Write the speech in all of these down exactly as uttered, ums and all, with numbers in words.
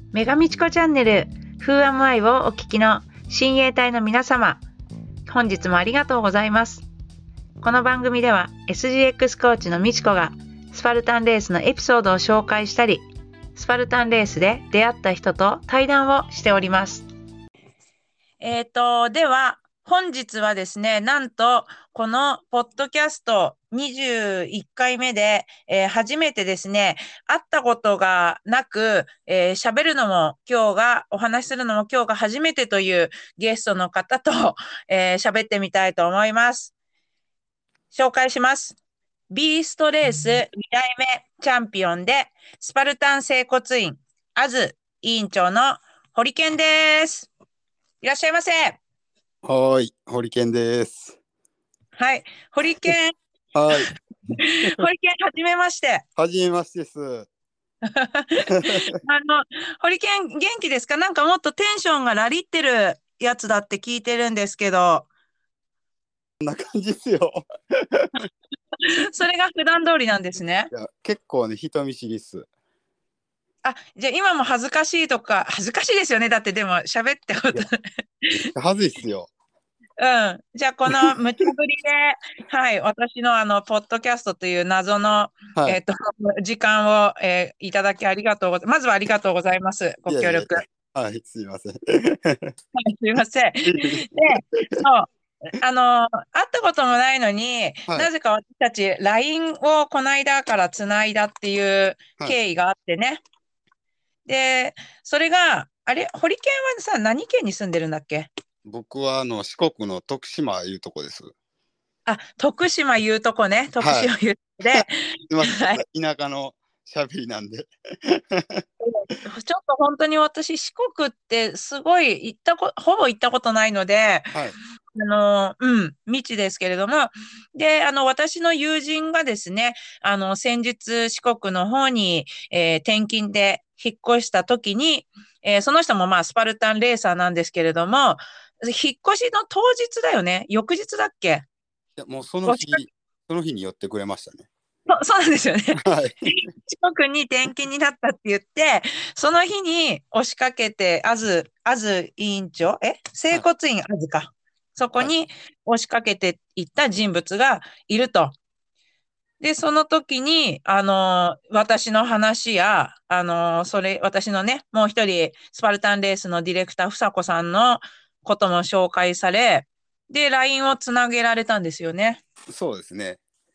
メガミチコチャンネル Who am I をお聞きの親衛隊の皆様、本日もありがとうございます。この番組では エスジーエックス コーチのみちこがスパルタンレースのエピソードを紹介したり、スパルタンレースで出会った人と対談をしております。えーと、では本日はですね、なんとこのポッドキャストにじゅういっかいめで、えー、初めてですね、会ったことがなく、えー、喋るのも今日が、お話しするのも今日が初めてというゲストの方と、えー、喋ってみたいと思います。紹介します。ビーストレースにだいめチャンピオンで、スパルタン整骨院、アズ委員長の堀健です。いらっしゃいませ。 はい、堀健です。 はい、堀健。 はい。 堀健、はじめまして。 はじめましてです。 あの、堀健、元気ですか？なんかもっとテンションがラリってるやつだって聞いてるんですけど。 こんな感じですよ。 それが普段通りなんですね。 いや、結構ね、人見知りっす。 あ、じゃあ今も恥ずかしいとか、恥ずかしいですよね。だってでも喋ってこと。 恥ずいっすよ。 うん。じゃあこの無茶ぶりで、はい、私のあの、ポッドキャストという謎の、 はい、 えっと、時間を、えーいただきありがとうございます。まずはありがとうございます。ご協力。 いやいやいや、はい、すいません。 はい、すいません。で、そう、あの、会ったこともないのに、 はい、 なぜか私たち ライン をこの間からつないだっていうはい。 経緯があってね。で、それが、あれ、堀県はさ、何県に住んでるんだっけ？ 僕はあの四国の徳島いうとこです。 あ、徳島いうとこね。徳はい。 島いうとこで、 すいません、 はい。 田舎の喋りなんで。 ちょっと本当に私、四国ってすごい行ったこ、ほぼ行ったことないので、 はい、 あの、うん、未知ですけれども、で、あの、私の友人がですね、あの、先日四国の方に、えー転勤で引っ越した時に、えーその人もまあ、スパルタンレーサーなんですけれども、引っ越しの当日だよね。翌日だっけ？ いや、もうそのお近く、 日、その日に寄ってくれましたね。 そそうなんですよね。 はい。 四国に転勤になったって言って、その日に押しかけて、あず、あず委員長、え整はい、 骨院あずか。そこはい、 に押しかけていった人物がいると。で、その時に、あの、私の話や、あの、それ、私のね、もう一人、スパルタンレースのディレクター、ふさこさんのことも紹介され、で、ライン をつなげられたんですよね。 そうですね。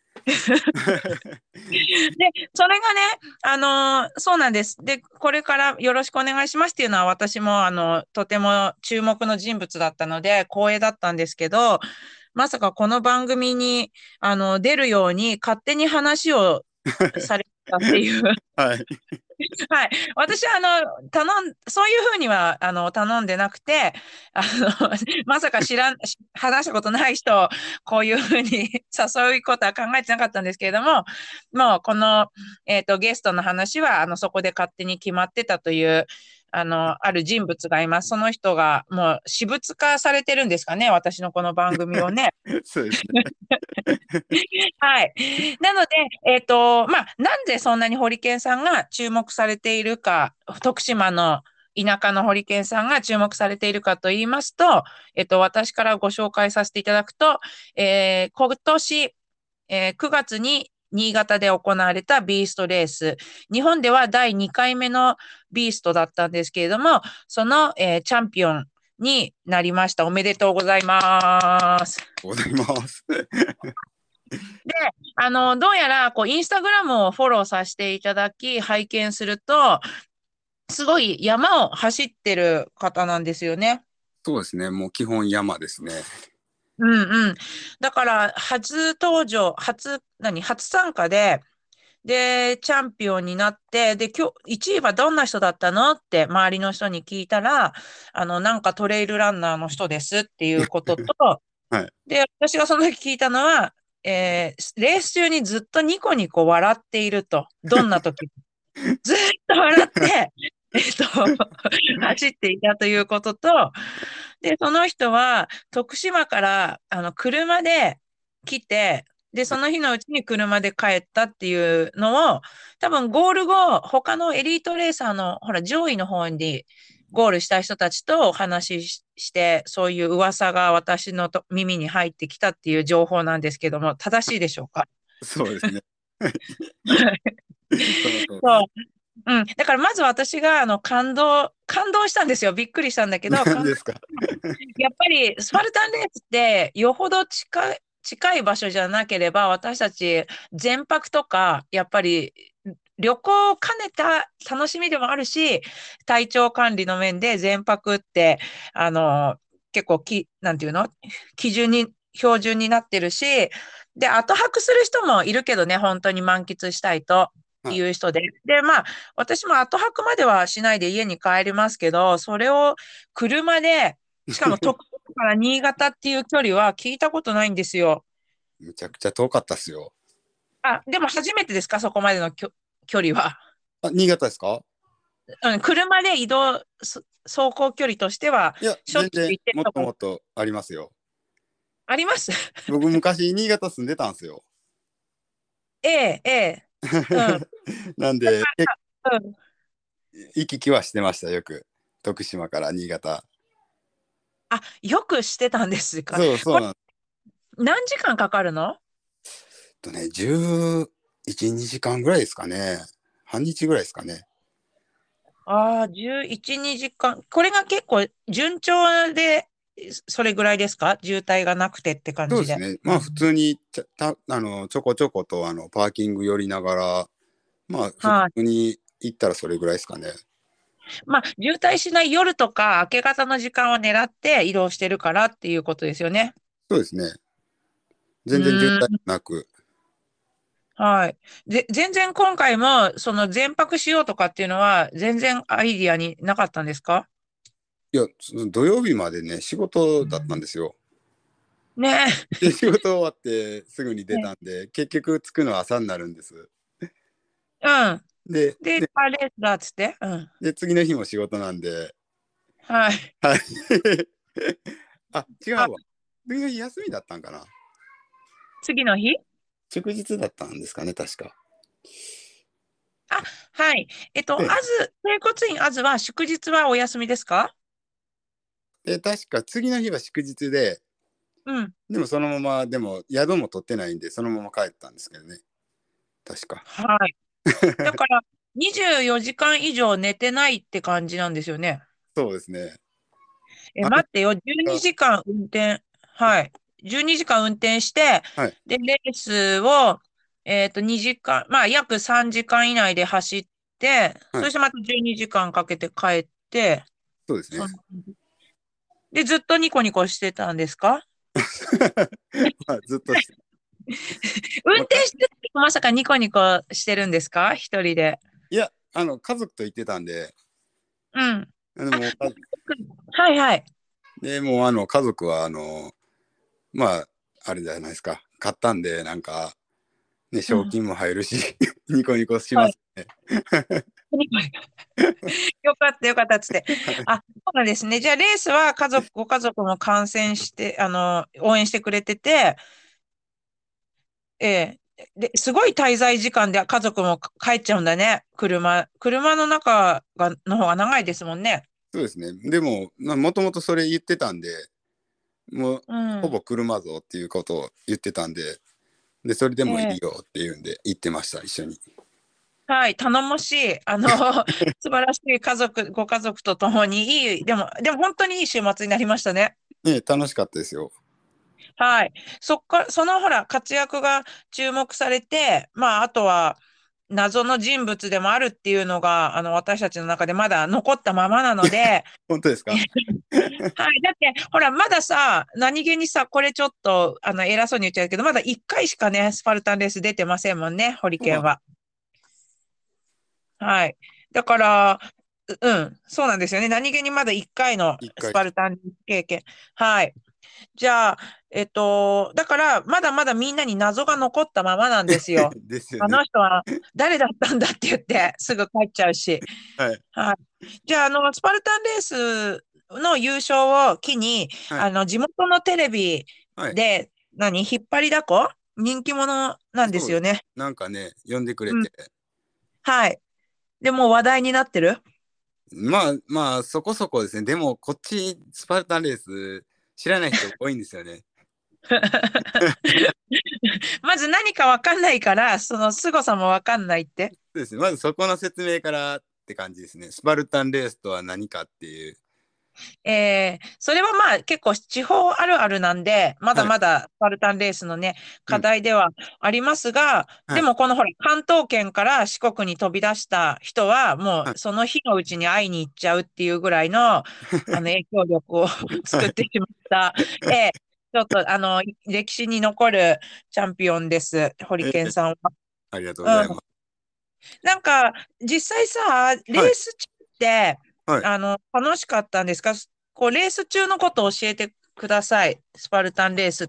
で、それがね、あのーそうなんです。で、これからよろしくお願いしますっていうのは私も、あの、とても注目の人物だったので、光栄だったんですけど、まさかこの番組に、あの、出るように勝手に話をされたっていう。 はい。 はい。私は、あの、頼ん、そういうふうには、あの、頼んでなくて、あの、まさか知らん、し話したことない人を、こういうふうに誘うことは考えてなかったんですけれども、もう、この、えっと、ゲストの話は、あの、そこで勝手に決まってたという、あの、ある人物がいます。その人が、もう、私物化されてるんですかね、私のこの番組をね。 そうですね。 はい。なので、えっと、まあ、なんでそんなにホリケンさんが注目されているか、徳島の田舎のホリケンさんが注目されているかと言いますと、えっと、私からご紹介させていただくと、えー今年、えーくがつに新潟で行われたビーストレース。日本ではだいにかいめのビーストだったんですけれども、その、えーチャンピオンになりました。おめでとうございます。 ございます。 で、あの、どうやら、こう、インスタグラムをフォローさせていただき、拝見すると、すごい山を走ってる方なんですよね。 そうですね。もう基本山ですね。 うんうん。だから、初登場、初、何、初参加で、で、チャンピオンになって、で、今日、いちいはどんな人だったのって周りの人に聞いたら、あの、なんかトレイルランナーの人ですっていうことと、 はい。 で、私がその時聞いたのは、えーレース中にずっとニコニコ笑っていると。どんな時もずっと笑って、えっと、走っていたということと、で、その人は徳島からあの車で来て、 で、その日のうちに車で帰ったっていうのを、多分ゴール後、他のエリートレーサーの、ほら、上位の方にゴールした人たちとお話しして、そういう噂が私のと耳に入ってきたっていう情報なんですけども、正しいでしょうか？ そうですね。その通りでそう。うん。だからまず私があの感動、感動したんですよ。びっくりしたんだけす。 ど、感動。 何ですか？ やっぱりスパルタンレースってよほど近い、近い場所じゃなければ私たち全泊とかやっぱり旅行を兼ねた楽しみでもあるし、体調管理の面で全泊ってあの結構き、なんていうの基準に、標準になってるし、で、後泊する人もいるけどね、本当に満喫したいと。ってはい。 いう人で。で、まあ、私も後泊まではしないで家に帰りますけど、それを車で、しかも徳島から新潟っていう距離は聞いたことないんですよ。 むちゃくちゃ遠かったっすよ。 あ、でも初めてですか、そこまでのきょ距離は？ あ、新潟ですか？ うん、車で移動、す走行距離としては、 いや、 しょっちゅう全然もっ行ってるとこともっとありますよ。 あります？ 僕昔新潟住んでたんですよ。 ええ、ええ。うん。 なんで、結うん。 構行き来はしてました、よく。徳島から新潟。 あ、よくしてたんですか。 そうそこれ、 うなん何時間かかるの？ とね、じゅういち、にじかんぐらいですかね。半日ぐらいですかね。 ああ、じゅういち、にじかん。これが結構順調で、それぐらいですか？渋滞がなくてって感じで。 そうですね。まあ普通にちゃたあのちょこちょことあのパーキング寄りながら、まあ普はい。 通に行ったらそれぐらいですかね。 まあ、渋滞しない夜とか明け方の時間を狙って移動してるからっていうことですよね。 そうですね。 う全然渋滞ーん。 なく。 はい。で、全然今回も、その全泊しようとかっていうのは、全然アイディアになかったんですか？ いや、その土曜日までね、仕事だったんですよ。 ねで、仕事終わってすぐにえ。 出ねたんで、結局着くのは朝になるんです。 うん。 で、 で、 で、 あれだっつって。うん。 で次の日も仕事なんで、 はい。 はい。あ、違あ、 うわ。次の日休みだったんかな。 次の日。 祝日だったんですかね、確か。 あ、はい。えっと、 で、 あず、整骨院あずは祝日はお休みですか？ で確か次の日は祝日で、 うん。 でもそのまま、でも宿も取ってないんで、そのまま帰ったんですけどね。確か。 はい。だから、にじゅうよじかん以上寝てないって感じなんですよね。 そうですね。 え、 あれ待ってよ。12 が、 時間運転。はい。じゅうにじかん運転して、 はい、 で、レースを、えっと、にじかん、まあ、約さんじかん以内で走って、 はい、 そしてまたじゅうにじかんかけて帰って、 そうですね。 その、で、ずっとニコニコしてたんですか？ まあ、ずっとして、 運まあ、か転してる時まさかニコニコしてるんですか？一人で。 いや、あの、家族と行ってたんで、 うん。 でも、かはいはい。 でもう、あの、家族は、あの、まあ、あれじゃないですか。買ったんで、なんか、ね、 うん。 賞金も入るし、ニコニコしはい。 ますね。 ニコニコよかったよかったっつって。あ、そうなんですね。じゃあレースは家族、ご家族も観戦して、あの、応援してくれてて、ええで、すごい滞在時間で家族も帰っちゃうんだね。車。車の中が、の方が長いですもんね。 そうですね。でも、もともとそれ言ってたんで、もう、 うん。 ほぼ車ぞっていうことを言ってたんで、で、それでもいいええよっていうんで、言ってました、一緒に。 はい、頼もしい。あの、素晴らしい家族、ご家族と共にいい、でも、でも本当にいい週末になりましたね。 ね、楽しかったですよ。 はい。そっか、そのほら、活躍が注目されて、まあ、あとは、謎の人物でもあるっていうのが、あの、私たちの中でまだ残ったままなので、 本当ですか？ はい。だって、ほら、まださ、何気にさ、これちょっと、あの、偉そうに言っちゃうけど、まだいっかいしかね、スパルタンレース出てませんもんね、ホリそうなんケンは。はい。だから、ううん、そうなんですよね。何気にまだいっかいのス一回しか。 パルタン経験。はい。じゃあ、えっと、だから、まだまだみんなに謎が残ったままなんですよ。あですよね。 の人は誰だったんだって言って、すぐ帰っちゃうし。 はい。 はい。じゃあ、あの、スパルタンレースの優勝を機に、 はい。 あの、地元のテレビはい。 で、何、引っ張りだこ人気者なんでそうです。 すよね。 なんかね、呼んでくれうん。 て。 はい。でもう話題になってる。 まあまあ、そこそこですね。でも、こっち、スパルタンレース、知らない人多いんですよね。 まず何かわかんないから、その凄さもわかんないって。 そうですね。まずそこの説明からって感じですね。スパルタンレースとは何かっていう。 えー、それはまあ結構地方あるあるなんで、まだはい。 まだスパルタンレースのね、課うん。 題ではありますが、 はい。 でもこのほら、関東圏から四国に飛び出した人は、もはい。 うその日のうちに会いに行っちゃうっていうぐらいの、あの影響力を作ってはい。 しまった、えー、ちょっとあの、歴史に残るチャンピオンです、ホリえーケンさんは。 ありがとうございうん。 ます。 なんか、実際さ、 はい。 レース中って、 はい。 あの、楽しかったんですか？こう、レース中のことを教えてください。スパルタンレースって、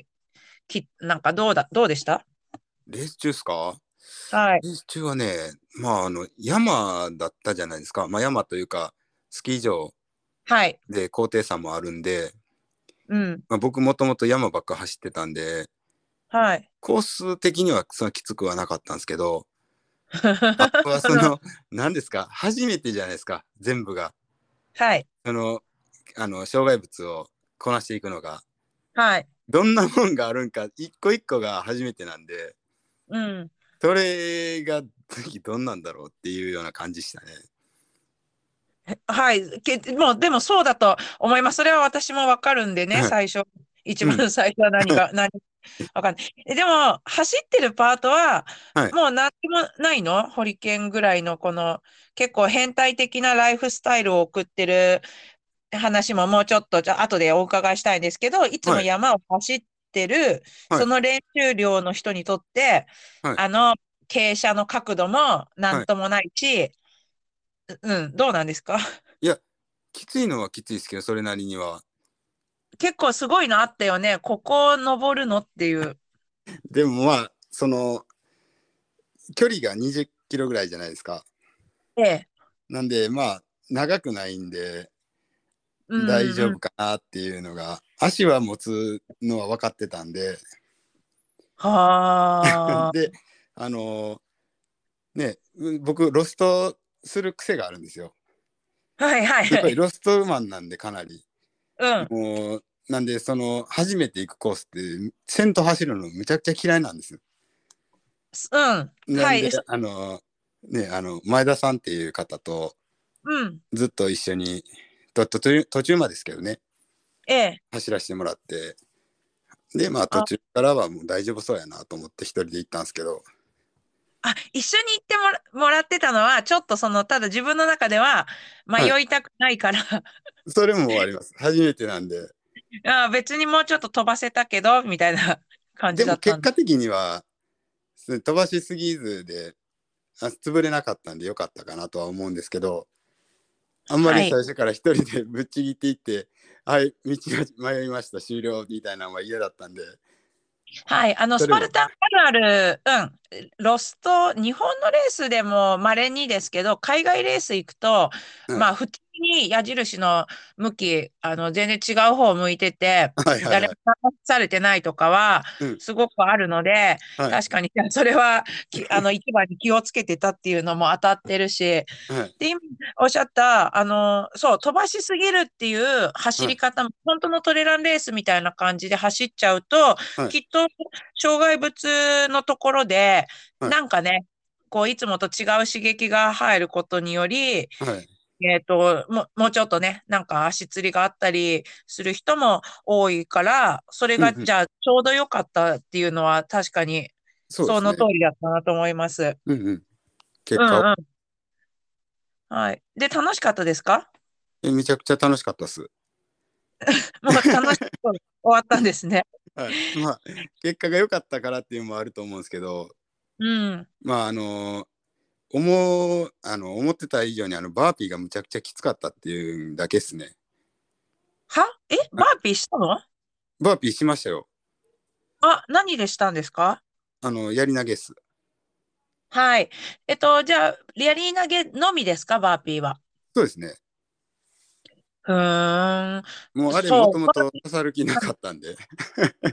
き、なんかどうだ、どうでした？ レース中ですか？ はい。 レース中はね、まあ、あの、山だったじゃないですか。まあ、山というか、スキー場はい。 で高低差もあるんで、 うん。 まあ、僕もともと山ばっか走ってたんで、 はい。 コース的にはそのきつくはなかったんですけど、あとはその、何ですか、初めてじゃないですか、全部が。 はい。 その、あの、障害物をこなしていくのが。 はい。 どんなもんがあるんか、一個一個が初めてなんで、 うん。 それが次どんなんだろうっていうような感じでしたね。 はい。け、もう、でもそうだと思います。それは私もわかるんでね、 はい。 最初。一うん。 番最初は何が、何、わかんない。えでも、走ってるパートは、 はい。 もう何にもないの？ホリケンぐらいのこの、結構変態的なライフスタイルを送ってる話ももうちょっと、じゃあ後でお伺いしたいんですけど、いつもはい。 山を走ってる、 はい。 その練習量の人にとって、 はい。 あの、傾斜の角度もなはい。 んともないし、うん、どうなんですか？ いや、きついのはきついですけど、それなりには。 結構すごいのあったよね。ここを登るのっていう。 でもまあ、その、距離がにじゅっキロぐらいじゃないですか。 ええ。 なんで、まあ、長くないんで、 うんうんうん。 大丈夫かなっていうのが、足は持つのは分かってたんで、 はで、あのね、僕、ロストする癖があるんですよ。 あ。はいはいすごいはい。 ロストウーマンなんで、かなり。 うん。 もう、なんで、その、初めて行くコースって、先頭走るのめちゃくちゃ嫌いなんですよ。 すうん。 なんで、 はい。そあの、ね、あの、前田さんっていう方とうん。 ずっと一緒に、とと途中途中までですけどね、 ええ。 走らせてもらって、で、まあ途あ、 中からはもう大丈夫そうやなと思って一人で行ったんですけど、 あ、一緒に行ってもら、もらってたのは、ちょっとその、ただ自分の中でははい。 迷いたくないからそれもあります。初めてなんで。 あ、別にもうちょっと飛ばせたけど、みたいな感じでもだったんだ。 結果的には、飛ばしすぎずで、あ潰れなかったんでよかったかなとは思うんですけど、あんまりはい。 最初から一人でぶっちぎっていって、はい、道が迷いました、終了みたいなのは嫌だったんで、 はい。あの、 それも、 スパルタンあるある、うん。ロスト、日本のレースでも稀にですけど、海外レース行くと、 はい、 まあ、普通に矢印の向き、あの、全然違う方を向いてて、誰もはいはいはい。 話されてないとかは、 うん。 すごくあるので、 はい。 確かに、それは、きあの、一番に気をつけてたっていうのも当たってるし、 はい。 で、今おっしゃった、あの、そう、飛ばしすぎるっていう走はい。 り方も、本当のトレランレースみたいな感じで走っちゃうと、 はい。 きっと障害物のところで、 はい。 なんかね、こう、いつもと違う刺激が入ることにより、 はい。 えっと、も、もうちょっとね、なんか足つりがあったりする人も多いから、それが、 うんうん。 じゃあ、ちょうど良かったっていうのは、確かに、その通そうですね。 りだったなと思います。 うんうん。結果を。 うんうん。はい。で、楽しかったですか？ えめちゃくちゃ楽しかったっす。 もう楽しく終わったんですね。 はい。まあ、結果が良かったからっていうのもあると思うんですけど、 うん。 まあ、あの思う、あの、思ってた以上にあの、バーピーがむちゃくちゃきつかったっていうだけっすね。 はえあバーピーしたの？ バーピーしましたよ。 あ、何でしたんですか？ あの、やり投げっす。 はい。えっと、じゃあ、リアリー投げのみですか、バーピーは。 そうですね。 うーん。 もうあれもそう。 ともと刺さる気なかったんで。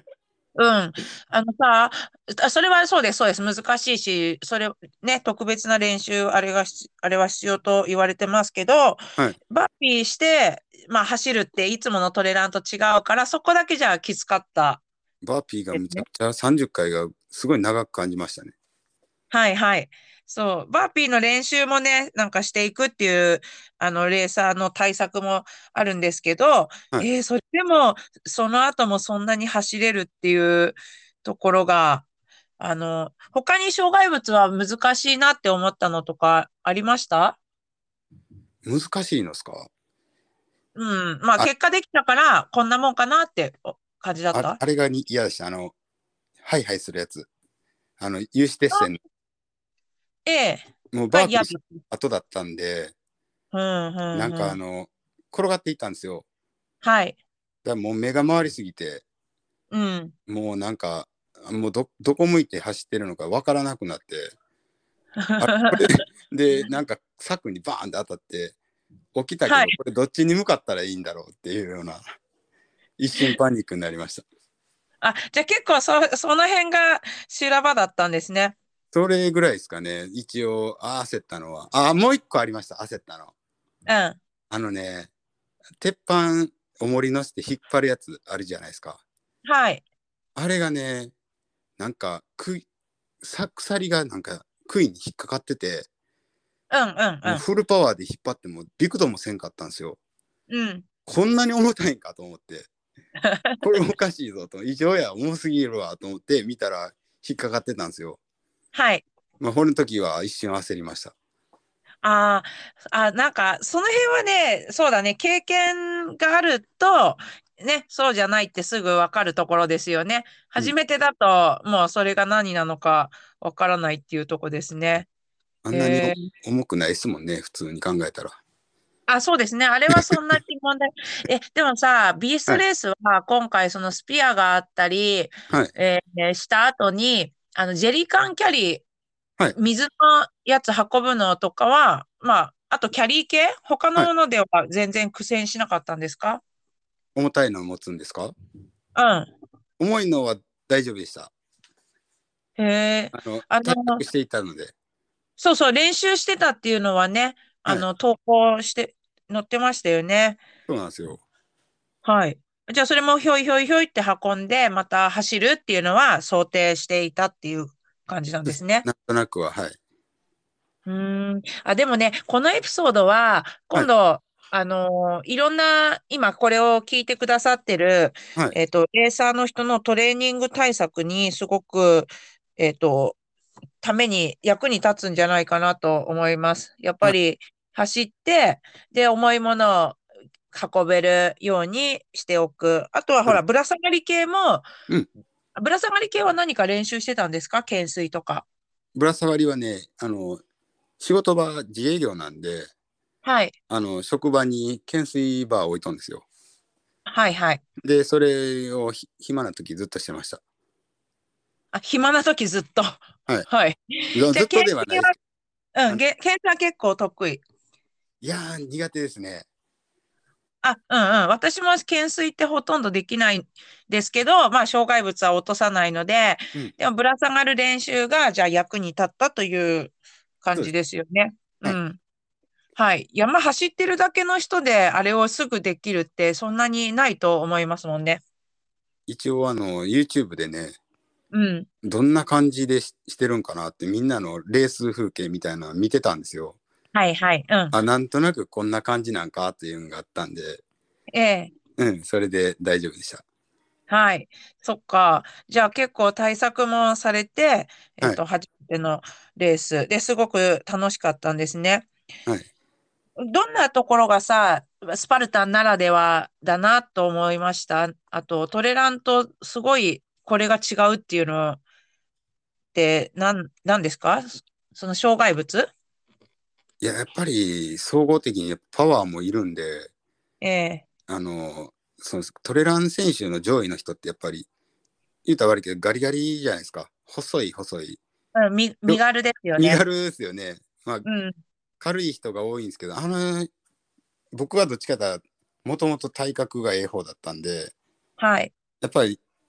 うん。あのさ、あそれはそうです、そうです。難しいし、それ、ね、特別な練習、あれがし、あれは必要と言われてますけど、 はい。 バッピーして、まあ走るっていつものトレランと違うから、そこだけじゃきつかったバーピーがですね。 むちゃくちゃさんじゅっかいがすごい長く感じましたね。 はいはい。そう、バーピーの練習もね、なんかしていくっていう、あの、レーサーの対策もあるんですけど、 はい。 えーそれでも、その後もそんなに走れるっていうところが、あの、他に障害物は難しいなって思ったのとかありました？ 難しいのですか？ うん。まあ、 あ、 結果できたから、こんなもんかなってお感じだっあ、 た？ あれがに嫌でした。あの、ハイハイするやつ。あの、有刺鉄線、 ええ、 もうがバーピーし嫌です。 後だったんで、 うん、うなんん、うん。 かあの、転がっていったんですよ。 はい。 だからもう目が回りすぎて、 うん。 もうなんか、もうど、どこ向いて走ってるのかわからなくなって、あれ、これで、なんか柵にバーンって当たって、起きたけど、 はい。 これどっちに向かったらいいんだろうっていうような、一瞬パニックになりました。 あ、じゃあ結構そ、その辺が修羅場だったんですね。 それぐらいですかね。一応、あ焦ったのは。あ、もう一個ありました。焦ったの。 うん。 あのね、鉄板、重り乗せて引っ張るやつあるじゃないですか。 はい。 あれがね、なんか、くい、さ、鎖がなんか、杭に引っかかってて、 うんうんもうフルパワーで引っ張っても、びくともせんかったんですよ。 うん。うん。 こんなに重たいんかと思って、これおかしいぞと、異常や、重すぎるわと思って見たら、引っかかってたんですよ。 はい。 まあ、この時は一瞬焦りました。 あーあ、なんか、その辺はね、そうだね、経験があると、ね、そうじゃないってすぐわかるところですよね。 うん。 初めてだと、もうそれが何なのかわからないっていうとこですね。 あんなにえー、 重くないですもんね、普通に考えたら。 あ、そうですね。あれはそんなに問題。え、でもさ、ビーストはい。 レースは今回そのスピアがあったり、 はい。 えーした後に、あの、ジェリーカンキャリー、 はい。 水のやつ運ぶのとかは、まあ、あとキャリー系他のはい。 ものでは全然苦戦しなかったんですか？ 重たいのを持つんですか？ うん。 重いのは大丈夫でした。 へえ。 あの、 あの、 対策していたので。 そうそう、練習してたっていうのはね、あはい。 の、投稿して、載ってましたよね。 そうなんですよ。 はい。じゃあ、それもひょいひょいひょいって運んで、また走るっていうのは想定していたっていう感じなんですね。 なんとなくは、はい。 うーん。あ、でもね、このエピソードは、 はい。 今度、あのーいろんな、今これを聞いてくださってる、 はい。 えっと、レーサーの人のトレーニング対策にすごく、えっと、ために役に立つんじゃないかなと思います。やっぱはい。 り走って、で、重いものを運べるようにしておく。あとはほら、 はい。 ぶら下がり系も、 うん。 ぶら下がり系は何か練習してたんですか？懸垂とか。 ぶら下がりはね、あの、仕事場自営業なんで、 はい。 あの、職場に懸垂バーを置いとんですよ。 はいはい。 で、それをひ暇な時ずっとしてました。 あ、暇な時ずっと。 はい。 はい。じゃあ、 ずっと懸ではないですけど、 垂は、うん、 あの、 げ懸垂は結構得意。 いやー、苦手ですね。 あ、うんうん。私も懸垂ってほとんどできないんですけど、まあ、障害物は落とさないので、 うん。 でもぶら下がる練習が、じゃあ役に立ったという感じそうです。 ですよね。うはい。 ん。はい。山走ってるだけの人で、あれをすぐできるって、そんなにないと思いますもんね。 一応、あの、YouTube でね、 うん。 どんな感じでし、してるんかなってみんなのレース風景みたいなの見てたんですよ。 はいはい。うん。 あ、なんとなくこんな感じなんかっていうのがあったんで、 ええ。 うん、それで大丈夫でした。 はい。そっか。じゃあ結構対策もされて、えっはい。 と、初めてのレースですごく楽しかったんですね。 はい。 どんなところがさ、スパルタンならではだなと思いました？あと、トレランとすごいこれが違うっていうのって何、何ですか？その障害物？ いや、やっぱり総合的にパワーもいるんで、 ええ。 あの、そのトレラン選手の上位の人ってやっぱり、言うたら悪いけどガリガリじゃないですか。細い細い。 うん、み、身よ軽ですよね。 身軽ですよね。まあ、 うん。 軽い人が多いんですけど、あの、僕はどっちかというと、もともと体格がええ方だったんで、 はい。 やっぱり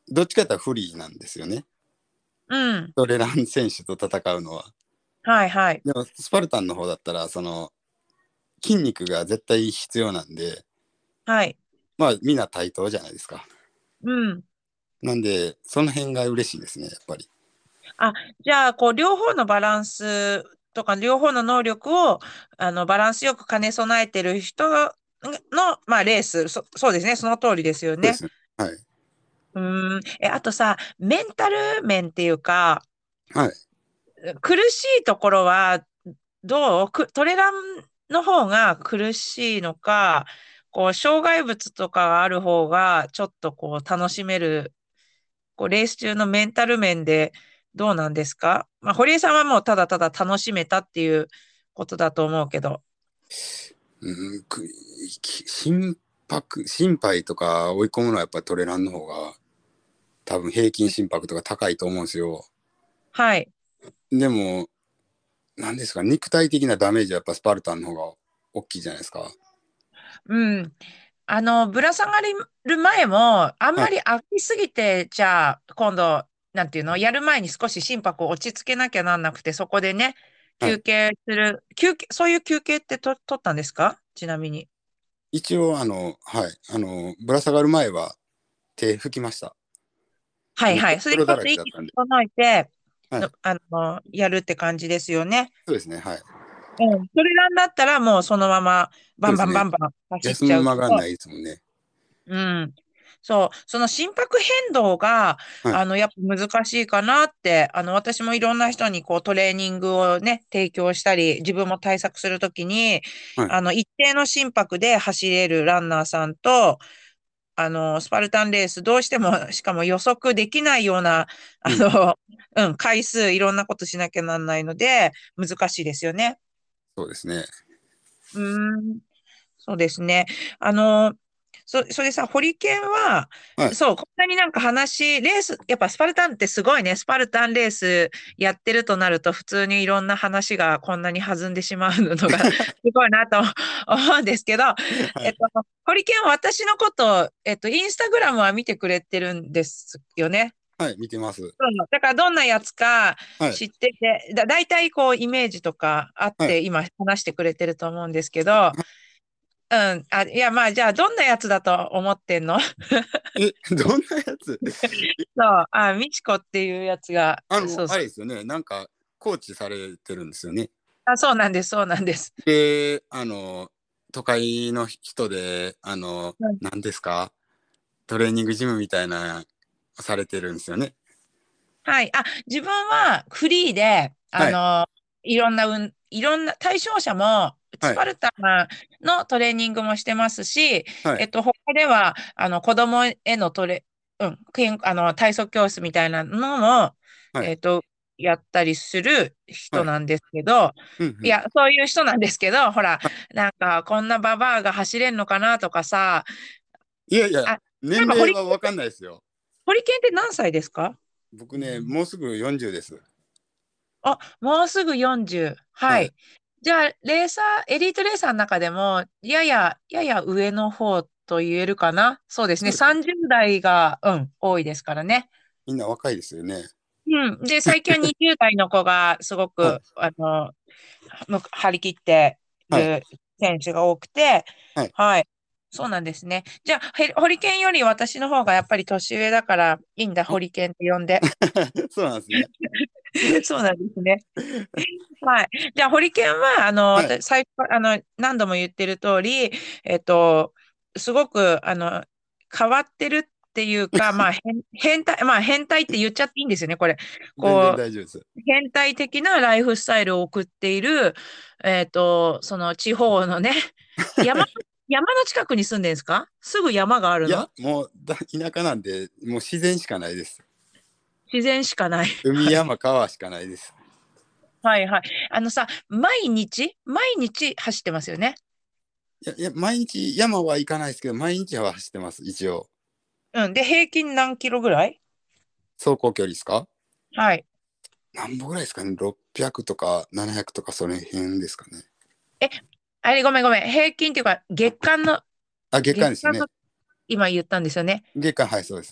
どっちかというとフリーなんですよね。 うん。 トレラン選手と戦うのは。 はいはい。 でもスパルタンの方だったらその筋肉が絶対必要なんで、 はい。 まあみんな対等じゃないですか。 うん。 なんでその辺が嬉しいですね、やっぱり。 あ、じゃあ、こう、両方のバランスとか、両方の能力を、あの、バランスよく兼ね備えてる人の、まあ、レース、そ、そうですね。その通りですよね。 そうですね。はい。 うーん。え、あとさ、メンタル面っていうか、 はい。 苦しいところは、どうくトレランの方が苦しいのか、こう、障害物とかがある方が、ちょっとこう、楽しめる、こう、レース中のメンタル面でどうなんですか？まあ、堀江さんはもうただただ楽しめたっていうことだと思うけど。 うん、くき心拍、心肺とか追い込むのはやっぱりトレランの方が多分平均心拍とか高いと思うんですよ。 はい。 でも、なんですか、肉体的なダメージはやっぱスパルタンの方が大きいじゃないですか。 うん。あの、ぶら下がる前も、あんはい。 まり飽きすぎて、じゃあ、今度、なんていうの、やる前に少し心拍を落ち着けなきゃなんなくて、そこでね、休はい。 憩する、休憩、そういう休憩ってと取ったんですか？ちなみに。 一応、あの、はい。あの、ぶら下がる前は手拭きました。あの、 はいはい。それで泥だちょっと息らけだったんで。 整えて、のはい。 あの、やるって感じですよね。 そうですね。はい。 うん。それなんだったら、もうそのまま、バンバそうですね。 ンバンバン走っ休ちゃうけど、 む間がないですもんね。 うん。そう、その心拍変動が、 はい。 あの、やっぱ難しいかなって、あの、私もいろんな人にこうトレーニングをね、提供したり、自分も対策するときに、 はい。 あの、一定の心拍で走れるランナーさんと、あの、スパルタンレース、どうしても、しかも予測できないような、 うん。 あの、うん、回数、いろんなことしなきゃなんないので、難しいですよね。 そうですね。 うーん。そうですね。あの、そ、それさ、ホリケンは、 はい。 そう、こんなになんか話、レース、やっぱスパルタンってすごいね、スパルタンレースやってるとなると、普通にいろんな話がこんなに弾んでしまうのがすごいなと思うんですけど、 はい。 えっと、ホリケンは私のこと、えっと、インスタグラムは見てくれてるんですよね。 はい。見てます。 そうだからどんなやつかはい。 知ってて、だ、大体こうイメージとかあっはい。 て今話してくれてると思うんですけど、うん。あ、いや、まあ、じゃあ、どんなやつだと思ってんの？ え、どんなやつ？ そう、あ、みちこっていうやつが、 あの、 そうそう。 あれですよね。なんか、コーチされてるんですよね。 あ、そうなんです、そうなんです。 で、あの、都会の人で、あの、 うん。 何ですか、トレーニングジムみたいな、されてるんですよね。 はい。あ、自分はフリーで、あはい。 の、いろんな、うん、いろんな、対象者も、スはい。 パルタンのトレーニングもしてますし、 はい。 えっと、他では、あの、子供へのトレ、うん、けんあの、体操教室みたいなのも、 はい。 えっと、やったりするはい。 人なんですけど、 うんうん。 いや、そういう人なんですけど、ほら、なんか、こんなババアが走れんのかなとかさ、 いやいや、 あ、 年なんか、ホリ、 齢はわかんないですよ。 ホリケンって何歳ですか？ 僕ね、もうすぐよんじゅうです。 あ、もうすぐよんじゅう。ははい。 い。じゃあ、レーサー、エリートレーサーの中でも、やや、やや上の方と言えるかな。そうですね。 そうですね。 さんじゅう代が、うん、多いですからね。 みんな若いですよね。 うん。で、最近はにじゅう代の子がすごはい。 く、あの、む張り切ってはい。 る選手が多くて、 はい。 はい。そうなんですね。じゃあ、ヘホリケンより私の方がやっぱり年上だからいいんだ、ホリケンって呼んで。 そうなんですね。 そうなんですね。はい。じゃあ、ホリケンは、あの、 はい。 私、最初、あの、何度も言ってる通り、えっと、すごく、あの、変わってるっていうか、まあ、変、変態、まあ、変態って言っちゃっていいんですよね、これ。 全然こ大丈夫です。 う、変態的なライフスタイルを送っている、えっと、その地方のね、山、山の近くに住んでるんですか？すぐ山があるいや、 の？ もうだ田舎なんで、もう自然しかないです。 自然しかない。 海、 はい。 山、川しかないです。 はいはい。あのさ、毎日、毎日走ってますよね。 いや、いや毎日山は行かないですけど、毎日は走ってます、一応。 うん。で、平均何キロぐらい？ 走行距離ですか？ はい。 何歩ぐらいですかね？ ろっぴゃく とかななひゃくとかその辺ですかね。 え、あれ、ごめんごめん。平均っていうか、月間の、 あ、月間ですね。 月間の、今言ったんですよね。 月間、はい、そうです。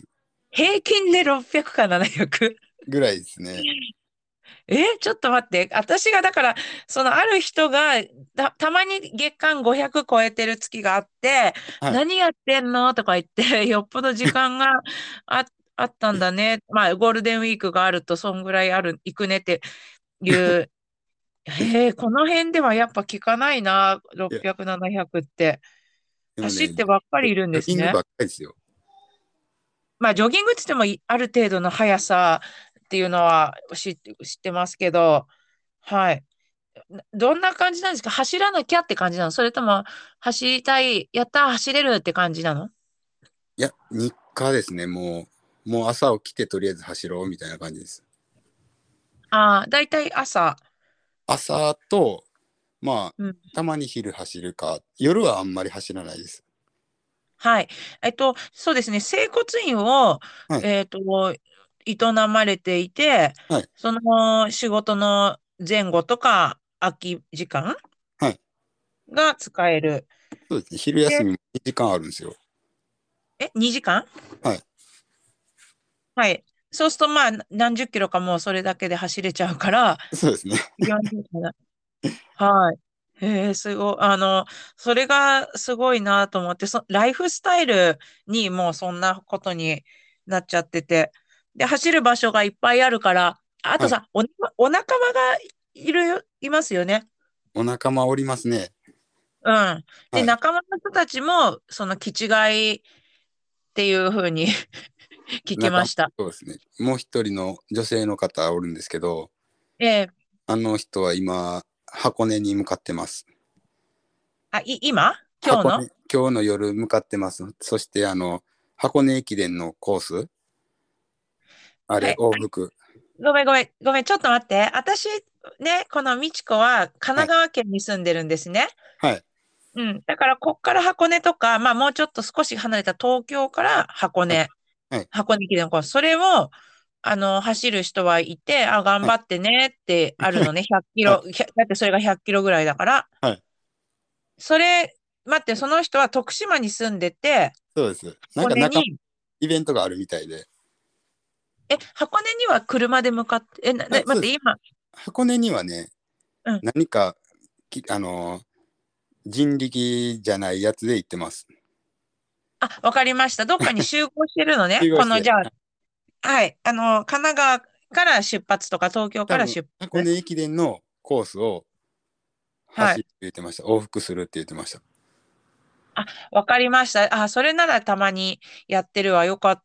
平均でろっぴゃくかななひゃく？ ぐらいですね。 え、ちょっと待って。私がだから、そのある人がた、たまに月間ごひゃく超えてる月があって、 はい。 何やってんのとか言って、よっぽど時間があ、あったんだね。まあ、ゴールデンウィークがあると、そんぐらいある、行くねっていう。えー、この辺ではやっぱ聞かないな。 いや、 ろっぴゃく、ななひゃくって。 でもね、ジ走ってばっかりいるんですね。 ョギングばっかりですよ。 まあ、ジョギングって言ってもい、ある程度の速さっていうのは知って、知ってますけど、はい。などんな感じなんですか？走らなきゃって感じなの？それとも、走りたい、やったー、走れるって感じなの？ いや、日課ですね。もう、もう朝起きてとりあえず走ろうみたいな感じです。 ああー、だいたい朝。 朝と、まあ、 うん。 たまに昼走るか、夜はあんまり走らないです。 はい。えっと、そうですね。整骨院を、 はい。 えっと、営まれていて、 はい。 その仕事の前後とか空き時間はい。 が使える。 そうですね。昼休で、 みもにじかんあるんですよ。 え、にじかん？ はい。 はい。そうすると、まあ、何十キロかもうそれだけで走れちゃうから、 そうですね。 いきますね。はい。へえ、すごい。あの、それがすごいなと思って、そ、ライフスタイルにもうそんなことになっちゃってて。で、走る場所がいっぱいあるから、あはい。 とさ、お、お仲間がいるよ、いますよね。 お仲間おりますね。 うん。で、 はい。 仲間の人たちも、その、気違いっていうふうに聞き仲間、 ました。 そうですね。もう一人の女性の方おるんですけど、 えーあの人は今、箱根に向かってます。 あ、い、今今日の？ 箱根、今日の夜向かってます。そして、あの、箱根駅伝のコース、あれ、 はい。 往復。 ごめんごめん、ごめん、ちょっと待って。私、ね、この美智子は神はい。 奈川県に住んでるんですね。 はい。 うん。だから、こっから箱根とか、まあ、もうちょっと少し離れた東京から箱はい。 根、 はい。 箱根駅伝コース、それを、あの、走る人はいて、あ、頑はい。 張ってねってあるのね。ひゃっキはい。 ロ、ひゃだってそれがひゃっキロぐらいだから。 はい。 それ、待って、その人は徳島に住んでて、 そうです。なんか中、 箱根に、 イベントがあるみたいで。 え、箱根には車で向かって、え、な、なあ、 待って、 そうです。 今、 箱根にはね、 うん。 何か、きあのー人力じゃないやつで行ってます。 あ、わかりました。どっかに集合してるのね。この、 集合して、 じゃあ、はい。あの、神奈川から出発とか東京多分、 から出発。 箱根駅伝のコースをはい。 走るって言ってました。往復するって言ってました。 あ、わかりました。あ、それならたまにやってるわ。よかった。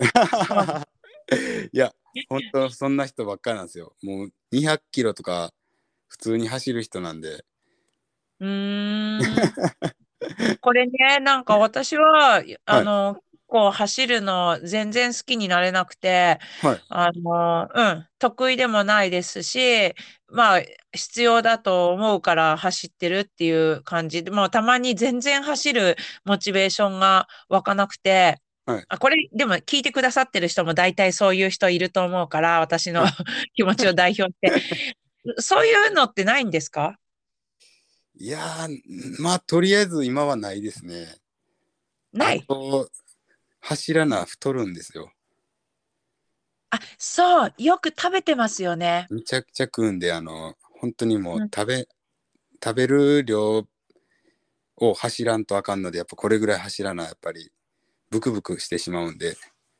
はい。 いや、本当そんな人ばっかりなんですよ。もうにひゃっキロとか普通に走る人なんで。 うーん。これね、なんか私は、あはい。 の、こう走るの全然好きになれなくて、 はい。 あの、うん、得意でもないですし、まあ、必要だと思うから走ってるっていう感じで、もうたまに全然走るモチベーションが湧かなくて、 はい。 あ、これ、でも聞いてくださってる人も大体そういう人いると思うから、私のはい。 気持ちを代表して。そういうのってないんですか？ いやー、まあ、とりあえず今はないですね。あない。 と、走らな太るんですよ。 あ、そう、よく食べてますよね。 めちゃくちゃ食うんで、あの、本当にもううん。 食べ、食べる量を走らんとあかんので、やっぱこれぐらい走らな、やっぱりブクブクしてしまうんで。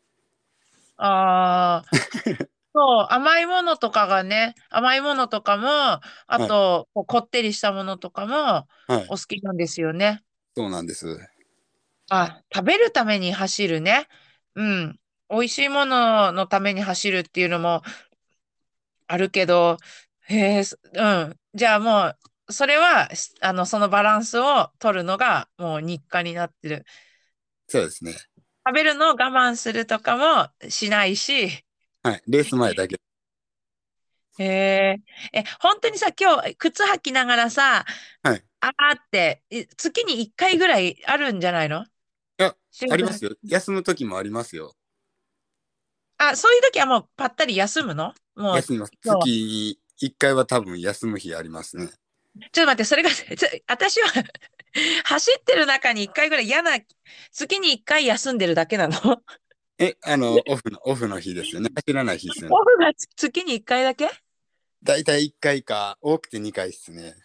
ああ、そう、甘いものとかがね、甘いものとかも、あはい。 と、こうこってりしたものとかもはい。 お好きなんですよね。 そうなんです。 あ、食べるために走るね。うん。美味しいもののために走るっていうのもあるけど、へえ、すうん。じゃあもう、それは、しあの、そのバランスを取るのがもう日課になってる。 そうですね。 食べるのを我慢するとかもしないし、 はい。レース前だけ。 へえ、え、本当にさ、今日、靴履きながらさ、 はい。いあーって、い月にいっかいぐらいあるんじゃないの？ や、 仕事。 ありますよ。休む時もありますよ。 あ、そういう時はもうぱったり休むの？もう、 休みます。 今日。 月にいっかいは多分休む日ありますね。 ちょっと待って、それが、ちょ私は走ってる中にいっかいぐらい嫌な、月にいっかい休んでるだけなの？ え、あの、オフの、オフの日ですよね。走らない日ですよね。 オフがつ月にいっかいだけ？ だいたいいっかいか、多くてにかいですね。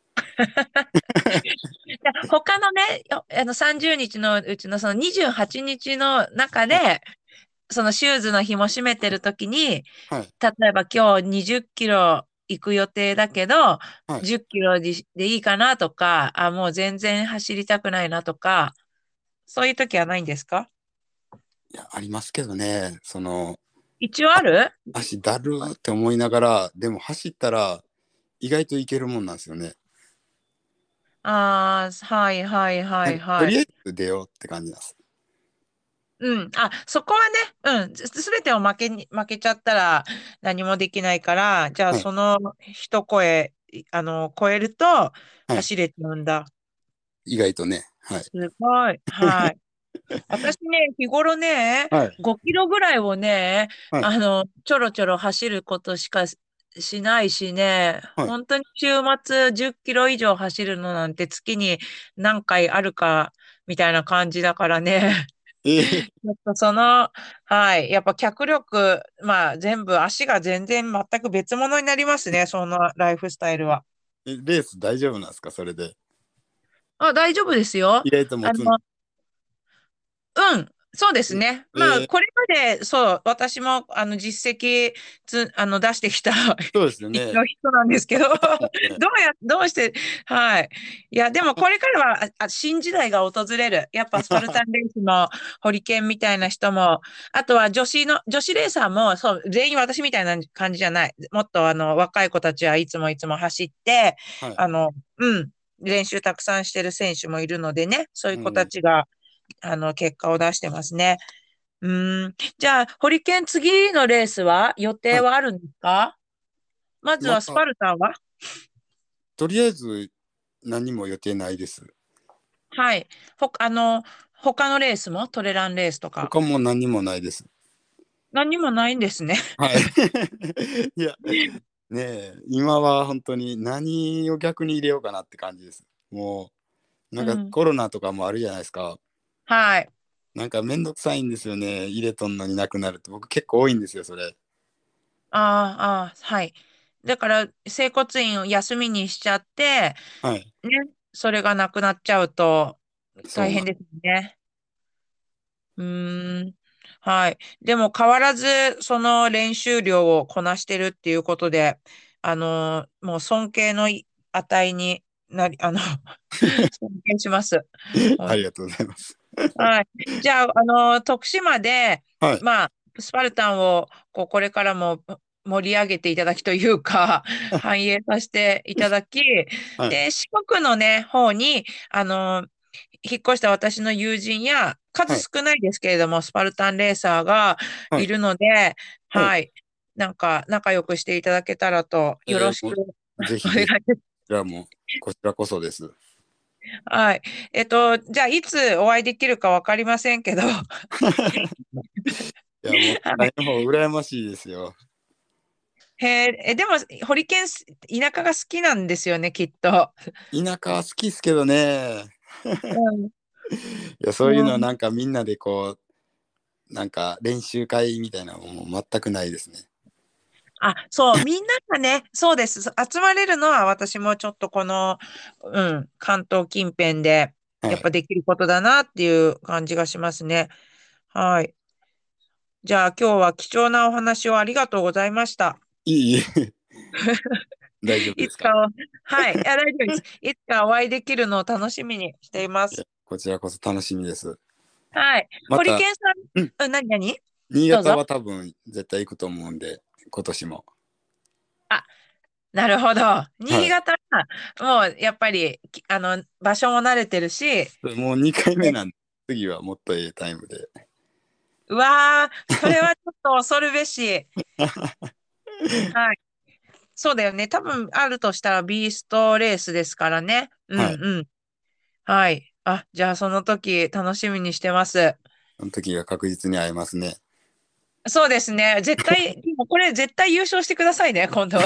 いや他のね、よあのさんじゅうにちのうちのそのにじゅうはちにちの中はい。 で、そのシューズの紐締めてるときに、 はい。 例えば今日にじゅっキロ行く予定だけど、 はい。 じゅっキロででいいかなとか、あ、もう全然走りたくないなとか、そういう時はないんですか？ いや、ありますけどね。その、 一応ある？ 足だるーって思いながら、でも走ったら意外といけるもんなんですよね。 ああー、はいはいはなんか、といはい。 りあえず出ようって感じなんです。 うん。あ、そこはね、うん。すべてを負けに、負けちゃったら何もできないから、じゃあはい。 その一声、いあの、超えるとはい。 走れちゃうんだ。 意外とね。はい。 すごい。はい。私ね、日頃ね、 はい。 ごキロぐらいをね、 はい。 あの、ちょろちょろ走ることしかししないしね、 はい。 本当に週末じゅっキロ以上走るのなんて月に何回あるかみたいな感じだからね。 えちょっとその、はい。やっぱ脚力、まあ全部足が全然全く別物になりますね。そのライフスタイルは。 ー、レース大丈夫なんですか、それで。 あ、大丈夫ですよ。 意外と持つん。 あの、うん。そうですえね。まあ、 えー、 これまで、そう、私も、あの、実績つ、あの、出してきたそうですよ一ね。 の人なんですけど、どうね。 や、どうして、はい。いや、でもこれからは、あ、あ新時代が訪れる。やっぱスパルタンレースも、ホリケンみたいな人も、あとは女子の、女子レーサーも、そう、全員私みたいな感じじゃない。もっと、あの、若い子たちはいつもいつも走って、 はい。 あの、うん、練習たくさんしてる選手もいるのでね、そういう子たうん。 ちが、あの、結果を出してますね。うーん。じゃあ、ホリケン次のレースは予はい。 定はあるんですか？まずはスまだ、 パルタンは？ とりあえず何も予定ないです。 はい。ほ、あの、他のレースもトレランレースとか。 他も何もないです。 何にもないんですね。 はい。いや、ねえ、今は本当に何を逆に入れようかなって感じです。もう、なんかうん。 コロナとかもあるじゃないですか。 はい。 なんかめんどくさいんですよね。入れとんのになくなるって僕結構多いんですよ、それ。 ああ、ああ、はい。だから、整骨院を休みにしちゃって、 はい。 ね、それがなくなっちゃうとそうなん。 大変ですね。うーん。はい。でも変わらず、その練習量をこなしてるっていうことで、あの、もう尊敬の値になり、あの、尊敬します。ほんありがとうございます。 はい。じゃあ、あの、徳島で、 はい。 まあ、スパルタンを、こう、これからも盛り上げていただきというか、繁栄させていただき、 はい。 で、四国のね、方に、あの、引っ越した私の友人や、数はい。 少ないですけれども、スパルタンレーサーがはい。 いるので、 はい。 はい。なんか、仲良くしていただけたらと、よろしくえーもうぜお願いひぜひ、こします。 ちらも、こちらこそです。 はい。えっと、じゃあ、いつお会いできるかわかりませんけど、はいや、もう、大い。 変の方、羨ましいですよ。 へえ、え、でも、ホリケンス、田舎が好きなんですよね、きっと。 田舎は好きですけどね。 うん。 いや、そういうのはうん。 なんかみんなでこう、なんか練習会みたいなのも全くないですね。 あ、そう、みんながね、そうです。集まれるのは私もちょっとこの、うん、関東近辺で、やっはい。 ぱできることだなっていう感じがしますね。はい。じゃあ今日は貴重なお話をありがとうございました。 いい、いい大丈夫ですか？ いつかお、はい、いや、大丈夫です。いつかお会いできるのを楽しみにしていまいや、 す。 こちらこそ楽しみです。 はい。 また、 ホリケンさうん、 ん、うん、何何新どうぞ。 潟は多分絶対行くと思うんで、今年も。 あ、なるほど。 はい。 新潟は、もうやっぱり、きあの、場所も慣れてるし、 もうにかいめね、 なんで、次はもっとええタイムで。 うわー、それはちょっと恐るべし。はい。そうだよね。多分あるとしたらビーストレースですからね。うはい。 んうん。はい。あ、じゃあその時楽しみにしてます。 その時が確実に会えますね。 そうですね。絶対、でもこれ絶対優勝してくださいね、今度。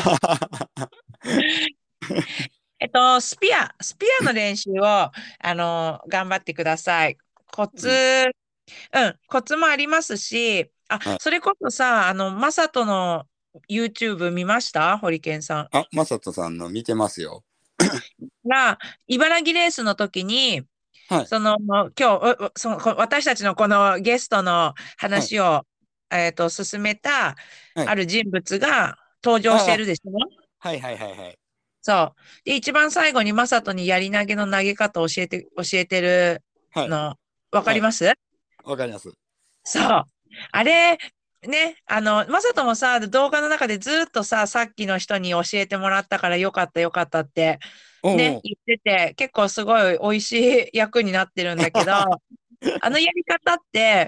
えっと、スピア、スピアの練習を、あの、頑張ってください。コツうん。 うん、コツもありますし、あ、 はい。 それこそさ、あの、マサトの YouTube 見ましたホリケンさんあ、マサトさんの見てますよ。 が、茨城レースの時に、 はい。 その、今日、ううその、こ私たちのこのゲストのはい。 話を、えっと、進めた、 はい。 ある人物が登場していあるでしょ。 はいはいはいはい。 そう。で、一番最後にマサトにやり投げの投げ方を教えて、教えてるはい。 の、わかはい。 ります？ わかります。 そう。あれ、ね、あの、マサトもさ、動画の中でずっとさ、さっきの人に教えてもらったからよかったよかったって、ね、 おうおう。 言ってて、結構すごい美味しい役になってるんだけど、あのやり方って、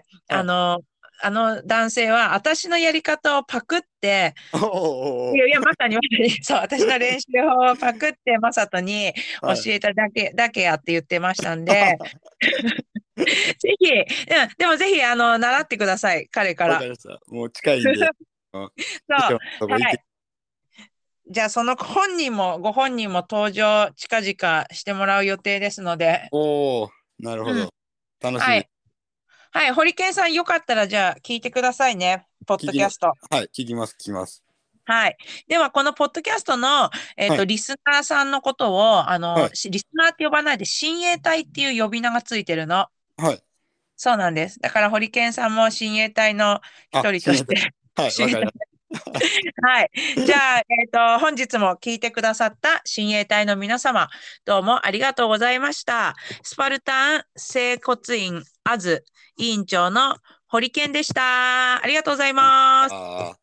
はい。 あの、あの男性は私のやり方をパクって、 おうおうおうおう。 いやいや、まさにまさに、そう、私の練習法をパクって、マサトに教はい。 えただけ、だけやって言ってましたんで、ぜひ、うん、でもぜひ、あの、習ってください、彼から。 わかりました。もう近いんで、うん、 そう、 師匠のとこ行って。 はい。じゃあ、その本人も、ご本人も登場、近々してもらう予定ですので、 おお、なるほうん。 ど。楽しみではい。はい。堀健さん、よかったら、じゃあ、聞いてくださいね。ポッす。聞きま、 ドキャスト。 はい、聞きます、聞きます。 はい。では、このポッドキャストの、えっと、 はい、 リスナーさんのことを、あの、 はい、 しリスナーって呼ばないで、親衛隊っていう呼び名がついてるの。 はい。 そうなんです。だから、堀健さんも親衛隊の一あ、深夜で。 人として、 はい、 親衛隊。 わかりました。 はい。じゃあ、えっと、本日も聞いてくださった親衛隊の皆様、どうもありがとうございました。スパルタン整骨院アズ委員長の堀健でした。ありがとうございます。 ああ。